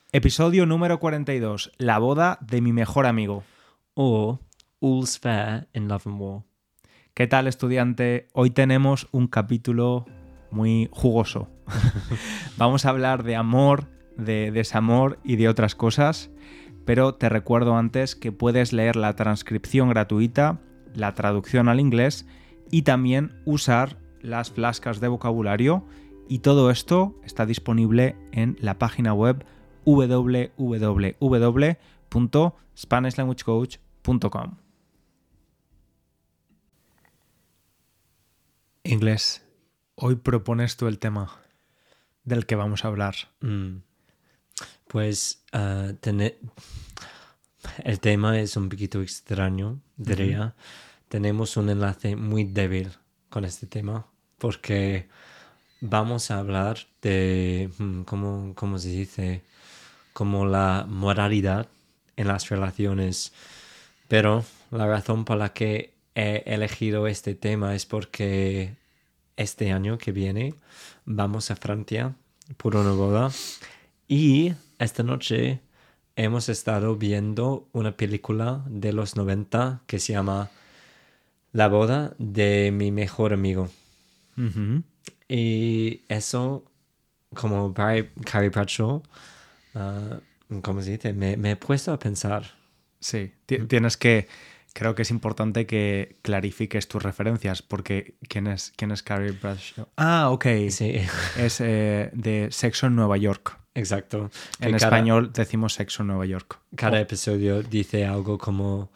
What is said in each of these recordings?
Episodio número 42. La boda de mi mejor amigo. O All's Fair in Love and War. ¿Qué tal, estudiante? Hoy tenemos un capítulo muy jugoso. Vamos a hablar de amor, de desamor y de otras cosas, pero te recuerdo antes que puedes leer la transcripción gratuita, la traducción al inglés y también usar las flascas de vocabulario, y todo esto está disponible en la página web www.spanishlanguagecoach.com. Inglés, hoy propones tú el tema del que vamos a hablar. Pues el tema es un poquito extraño, diría. Tenemos un enlace muy débil con este tema porque vamos a hablar de, ¿cómo se dice? Como la moralidad en las relaciones. Pero la razón por la que he elegido este tema es porque este año que viene vamos a Francia por una boda y esta noche hemos estado viendo una película de los 90 que se llama La boda de mi mejor amigo. Uh-huh. Y eso, como Carrie Bradshaw, ¿cómo se dice? Me he puesto a pensar. Sí, creo que es importante que clarifiques tus referencias, porque ¿quién es Carrie Bradshaw? Ah, ok. Sí. Es de Sexo en Nueva York. Exacto. En español decimos Sexo en Nueva York. Cada episodio dice algo como...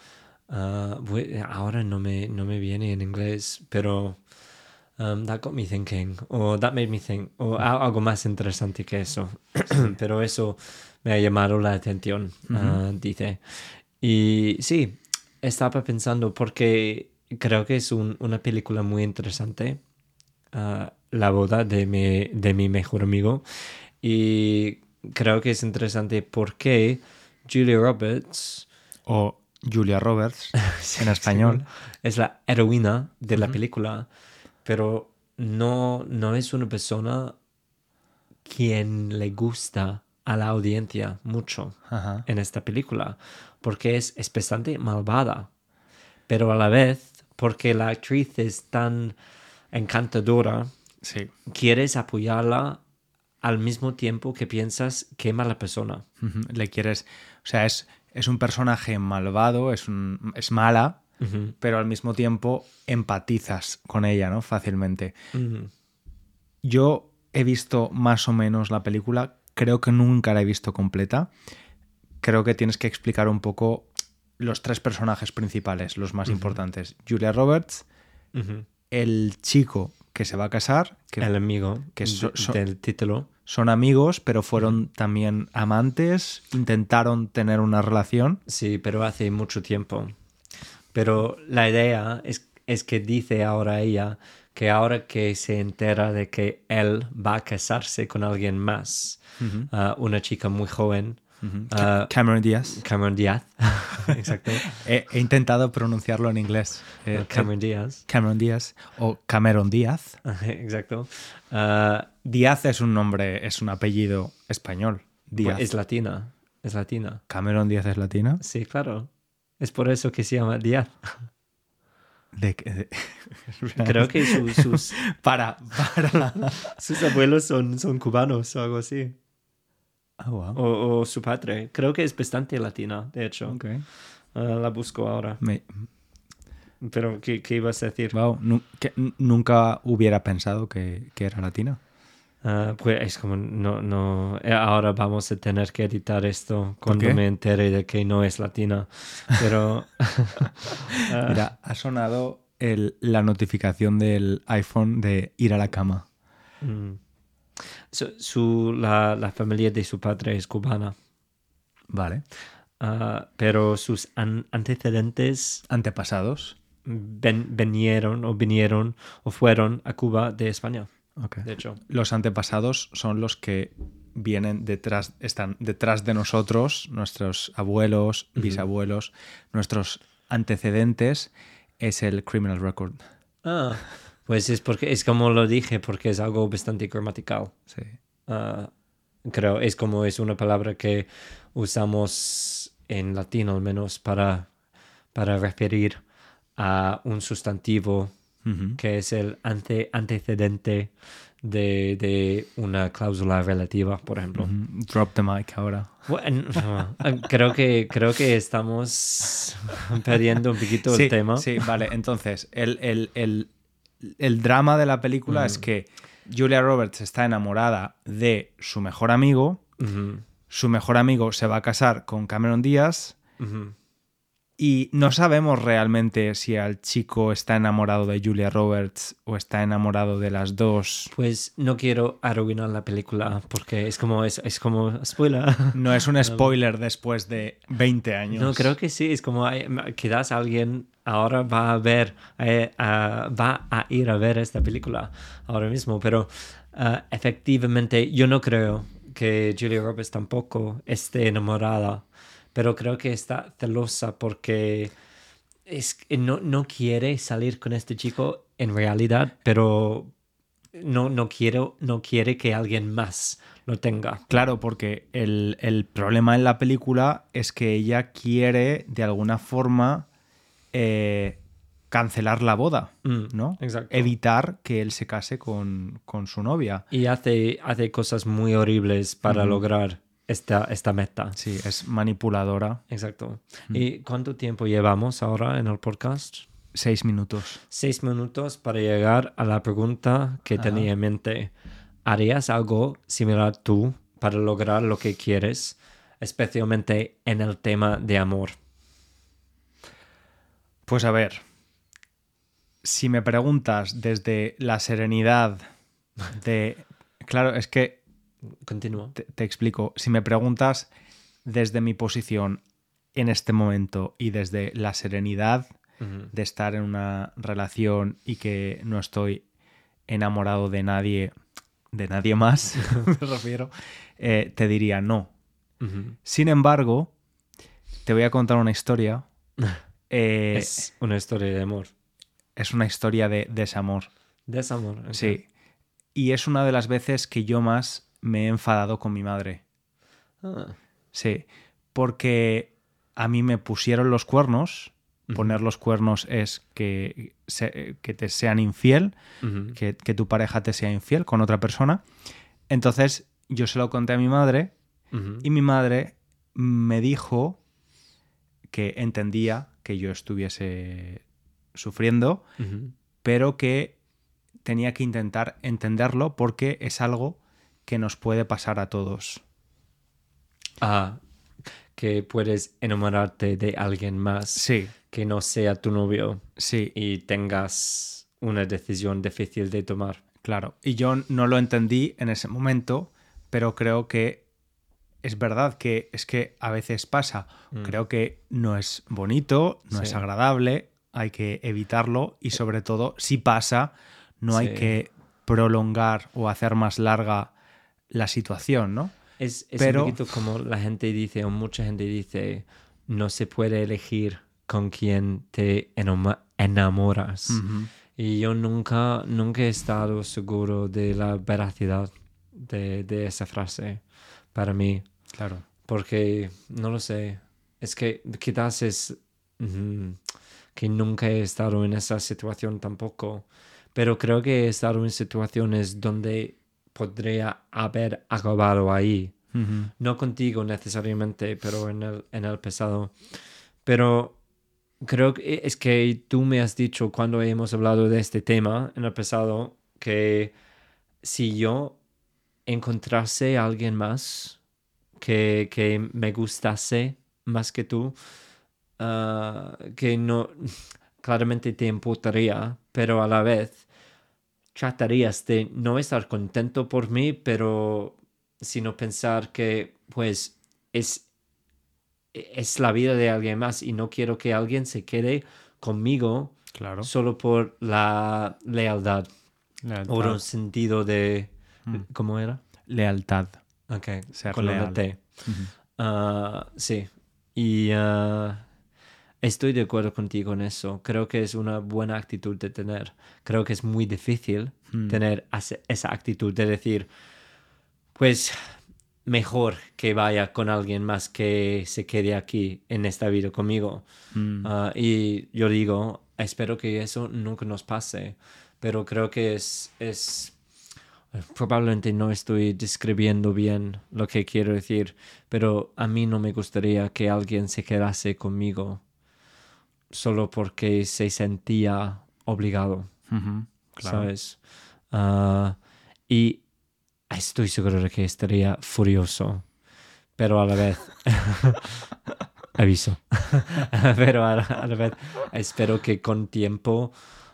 ahora no me viene en inglés, pero... that got me thinking, o that made me think, o algo más interesante que eso. Pero eso me ha llamado la atención, dice. Y sí, estaba pensando porque creo que es una película muy interesante, La boda de mi mejor amigo. Y creo que es interesante porque Julia Roberts... O Julia Roberts, en español. Es la heroína de la película, pero no es una persona quien le gusta a la audiencia mucho en esta película, porque es bastante malvada, pero a la vez, porque la actriz es tan encantadora, Sí. quieres apoyarla al mismo tiempo que piensas qué mala persona. Le quieres... O sea, es un personaje malvado, es mala, pero al mismo tiempo empatizas con ella, ¿no? Fácilmente. Yo he visto más o menos la película, creo que nunca la he visto completa. Creo que tienes que explicar un poco los tres personajes principales, los más importantes. Julia Roberts, el chico que se va a casar, El amigo que del título. Son amigos, pero fueron también amantes, intentaron tener una relación. Sí, pero hace mucho tiempo. Pero la idea es que dice ahora ella que ahora que se entera de que él va a casarse con alguien más, una chica muy joven, Cameron Díaz. Cameron Díaz, exacto. He intentado pronunciarlo en inglés. Cameron Díaz. Cameron Díaz o Cameron Díaz. Exacto. Díaz es un nombre, es un apellido español. Díaz. Es latina. ¿Cameron Díaz es latina? Sí, claro. Es por eso que se llama Díaz. Creo que sus sus abuelos son cubanos o algo así. Oh, wow. O su padre. Creo que es bastante latina, de hecho. Okay. La busco ahora. Pero, ¿qué ibas a decir? Wow, nunca hubiera pensado que era latina. Pues es como, no. Ahora vamos a tener que editar esto cuando me entere de que no es latina. Pero... Mira, ha sonado la notificación del iPhone de ir a la cama. La familia de su padre es cubana. Vale. Pero sus antecedentes... Antepasados. vinieron o fueron a Cuba de España. Okay. De hecho. Los antepasados son los que están detrás de nosotros, nuestros abuelos, bisabuelos, nuestros antecedentes es el criminal record. Pues es como lo dije, porque es algo bastante gramatical. Sí. creo. Es una palabra que usamos en latín al menos para referir a un sustantivo que es el antecedente de una cláusula relativa, por ejemplo. Drop the mic ahora. Bueno, creo que estamos perdiendo un poquito Sí, el tema. sí, vale. Entonces, el drama de la película es que Julia Roberts está enamorada de su mejor amigo. Su mejor amigo se va a casar con Cameron Díaz. Y no sabemos realmente si el chico está enamorado de Julia Roberts o está enamorado de las dos. Pues no quiero arruinar la película porque es como spoiler. No es un spoiler después de 20 años. No, creo que sí. Es como quizás alguien ahora va a ver, va a ir a ver esta película ahora mismo. Pero efectivamente yo no creo que Julia Roberts tampoco esté enamorada. Pero creo que está celosa porque no quiere salir con este chico en realidad, pero no quiere que alguien más lo tenga. Claro, porque el problema en la película es que ella quiere de alguna forma cancelar la boda, ¿no? Exacto. Evitar que él se case con su novia. Y hace cosas muy horribles para lograr esta meta. Sí, es manipuladora. Exacto. ¿Y cuánto tiempo llevamos ahora en el podcast? 6 minutos. 6 minutos para llegar a la pregunta que tenía en mente. ¿Harías algo similar tú para lograr lo que quieres, especialmente en el tema de amor? Pues a ver, si me preguntas desde la serenidad de... Claro, es que Continúa. te explico. Si me preguntas desde mi posición en este momento y desde la serenidad de estar en una relación y que no estoy enamorado de nadie más, me refiero, te diría no. Sin embargo, te voy a contar una historia. Es una historia de amor. Es una historia de desamor. Desamor. Okay. Sí. Y es una de las veces que yo más me he enfadado con mi madre. Sí, porque a mí me pusieron los cuernos. Poner los cuernos es que te sean infiel, que tu pareja te sea infiel con otra persona. Entonces yo se lo conté a mi madre y mi madre me dijo que entendía que yo estuviese sufriendo, pero que tenía que intentar entenderlo porque es algo que nos puede pasar a todos. Que puedes enamorarte de alguien más que no sea tu novio y tengas una decisión difícil de tomar. Claro, y yo no lo entendí en ese momento, pero creo que es verdad que es que a veces pasa. Creo que no es bonito, no es agradable, hay que evitarlo y sobre todo, si pasa, no hay que prolongar o hacer más larga la situación, ¿no? Es un poquito como la gente dice, o mucha gente dice, no se puede elegir con quién te enamoras. Y yo nunca he estado seguro de la veracidad de esa frase para mí. Claro. Porque, no lo sé, es que quizás es que nunca he estado en esa situación tampoco. Pero creo que he estado en situaciones donde podría haber acabado ahí. No contigo necesariamente, pero en el pasado. Pero creo que es que tú me has dicho cuando hemos hablado de este tema en el pasado que si yo encontrase a alguien más que me gustase más que tú, que no claramente te importaría, pero a la vez tratarías de no estar contento por mí, pero sino pensar que pues es la vida de alguien más y no quiero que alguien se quede conmigo solo por la lealtad. O un sentido de... ¿Cómo era? Lealtad. Ok, ser con leal. la T. Sí. Y estoy de acuerdo contigo en eso. Creo que es una buena actitud de tener. Creo que es muy difícil tener esa actitud de decir, pues mejor que vaya con alguien más que se quede aquí en esta vida conmigo. Y yo digo, espero que eso nunca nos pase, pero creo que probablemente no estoy describiendo bien lo que quiero decir, pero a mí no me gustaría que alguien se quedase conmigo solo porque se sentía obligado, Claro. ¿sabes? Y estoy seguro de que estaría furioso, pero a la vez aviso. Pero a la vez espero que con tiempo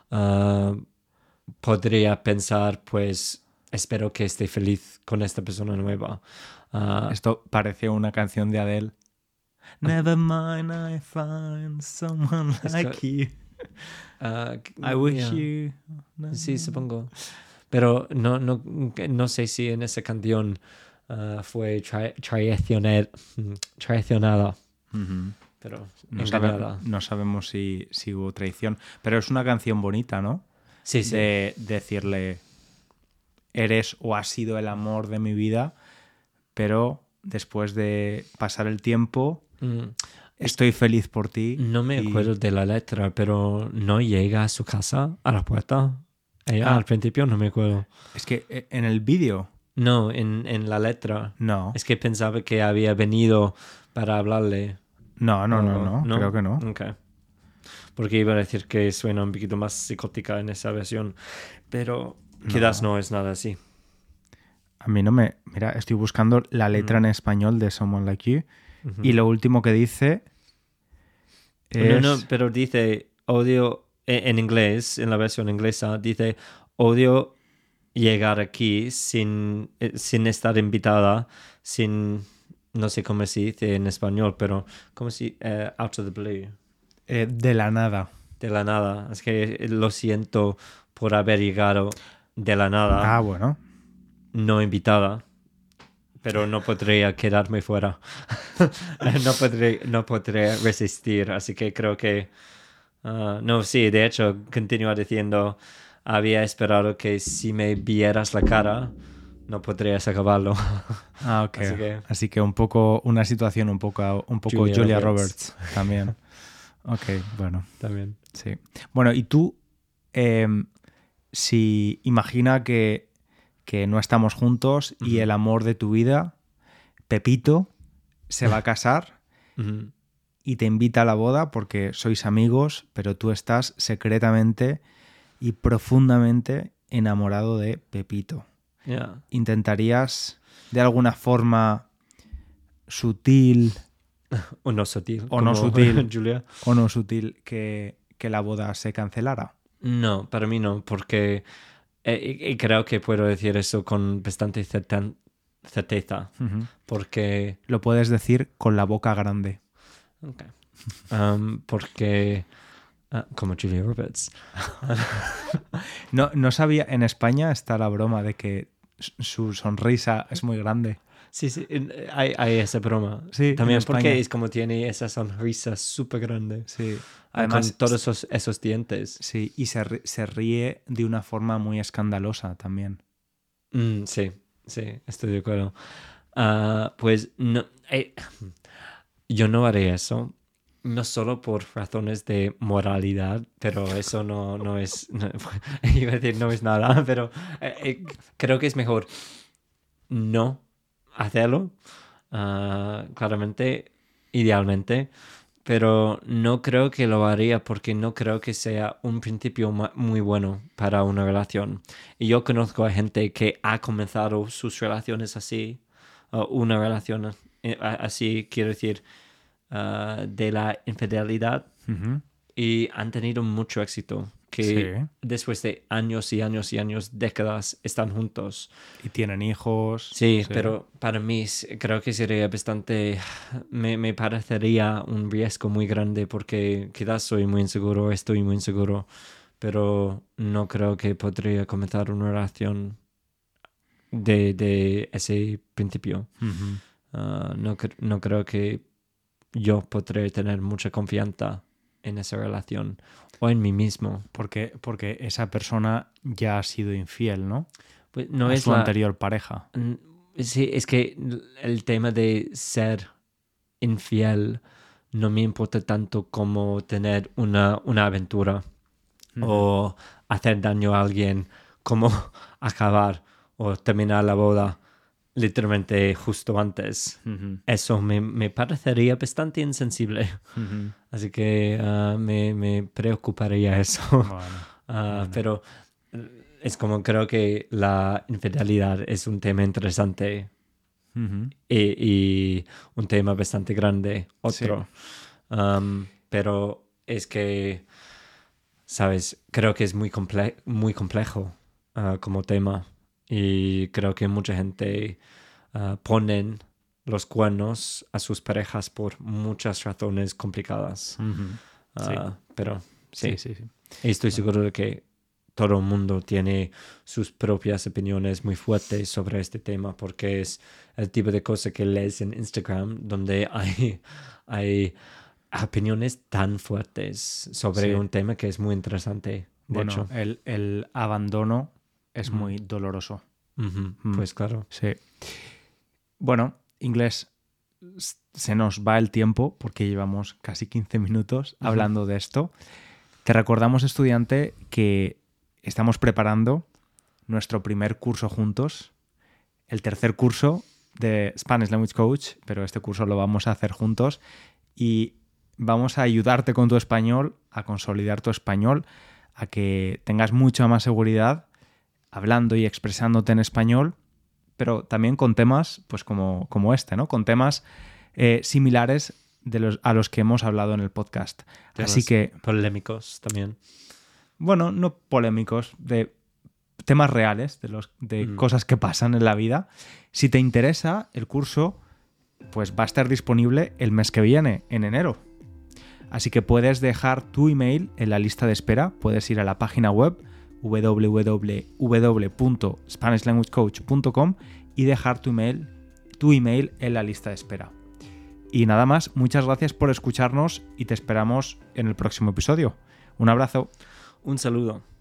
podría pensar, pues espero que esté feliz con esta persona nueva. Esto parece una canción de Adele. Never mind, I find someone like you. I wish you. Sí, supongo. Pero no sé si en esa canción fue traicionada. Pero No sabemos si hubo traición. Pero es una canción bonita, ¿no? Sí, sí. De decirle, eres o has sido el amor de mi vida, pero después de pasar el tiempo, estoy feliz por ti. No me acuerdo de la letra, pero no llega a su casa, a la puerta. Al principio no me acuerdo. Es que en el vídeo. No, en la letra. No. Es que pensaba que había venido para hablarle. No, creo que no. Okay. Porque iba a decir que suena un poquito más psicótica en esa versión, pero quizás no es nada así. A mí no me... Mira, estoy buscando la letra en español de Someone Like You y lo último que dice es... No, pero dice odio en inglés, en la versión inglesa, dice odio llegar aquí sin estar invitada, sin... No sé cómo se dice en español, pero como si out of the blue. De la nada. De la nada. Es que lo siento por haber llegado de la nada. Ah, bueno. No invitada. Pero no podría quedarme fuera. no podré resistir. Así que creo que... no, sí, de hecho, continúa diciendo... Había esperado que si me vieras la cara... No podrías acabarlo. Ah, ok. Así que un poco... Una situación un poco Julia Roberts también. Ok, bueno. También. Sí. Bueno, y tú... si imagina que no estamos juntos y el amor de tu vida, Pepito, se va a casar y te invita a la boda porque sois amigos, pero tú estás secretamente y profundamente enamorado de Pepito. Yeah. ¿Intentarías de alguna forma sutil o no sutil, Julia, o no sutil que la boda se cancelara? No, para mí no, porque y creo que puedo decir eso con bastante certeza, porque... Lo puedes decir con la boca grande. Okay. Porque... como Julia Roberts. No sabía, en España está la broma de que su sonrisa es muy grande. Sí, hay esa broma. Sí, también porque es como tiene esa sonrisa súper grande. Sí. Además, con todos esos dientes. Sí, y se ríe de una forma muy escandalosa también. Sí, estoy de acuerdo. Pues no, yo no haré eso. No solo por razones de moralidad, pero eso no es... iba a decir no es nada, pero creo que es mejor no hacerlo, claramente, idealmente, pero no creo que lo haría porque no creo que sea un principio muy bueno para una relación. Y yo conozco a gente que ha comenzado sus relaciones así, una relación así, quiero decir, de la infidelidad, y han tenido mucho éxito, que después de años y años y años, décadas, están juntos. Y tienen hijos. Sí, pero para mí creo que sería bastante... Me parecería un riesgo muy grande porque quizás soy muy inseguro, estoy muy inseguro, pero no creo que podría comenzar una relación de ese principio. No creo que yo podré tener mucha confianza en esa relación o en mí mismo. Porque esa persona ya ha sido infiel, ¿no? Pues no a es su anterior pareja. sí, es que el tema de ser infiel no me importa tanto como tener una aventura o hacer daño a alguien, como acabar o terminar la boda literalmente justo antes. Eso me parecería bastante insensible. Así que me preocuparía eso. Bueno. Pero es como creo que la infidelidad es un tema interesante y un tema bastante grande. Otro. Sí. Pero es que, ¿sabes? Creo que es muy complejo como tema. Y creo que mucha gente ponen los cuernos a sus parejas por muchas razones complicadas. Sí. Pero sí. Sí. Y estoy seguro de que todo el mundo tiene sus propias opiniones muy fuertes sobre este tema, porque es el tipo de cosa que lees en Instagram donde hay opiniones tan fuertes sobre un tema que es muy interesante. De hecho. El abandono es muy doloroso. Pues claro. Sí. Bueno, inglés, se nos va el tiempo porque llevamos casi 15 minutos hablando de esto. Te recordamos, estudiante, que estamos preparando nuestro primer curso juntos, el tercer curso de Spanish Language Coach, pero este curso lo vamos a hacer juntos y vamos a ayudarte con tu español, a consolidar tu español, a que tengas mucha más seguridad hablando y expresándote en español, pero también con temas pues como este, ¿no? Con temas similares a los que hemos hablado en el podcast. Temas así que polémicos también. Bueno, no polémicos, de temas reales, de cosas que pasan en la vida. Si te interesa, el curso pues va a estar disponible el mes que viene, en enero. Así que puedes dejar tu email en la lista de espera, puedes ir a la página web www.spanishlanguagecoach.com y dejar tu email en la lista de espera. Y nada más, muchas gracias por escucharnos y te esperamos en el próximo episodio. Un abrazo. Un saludo.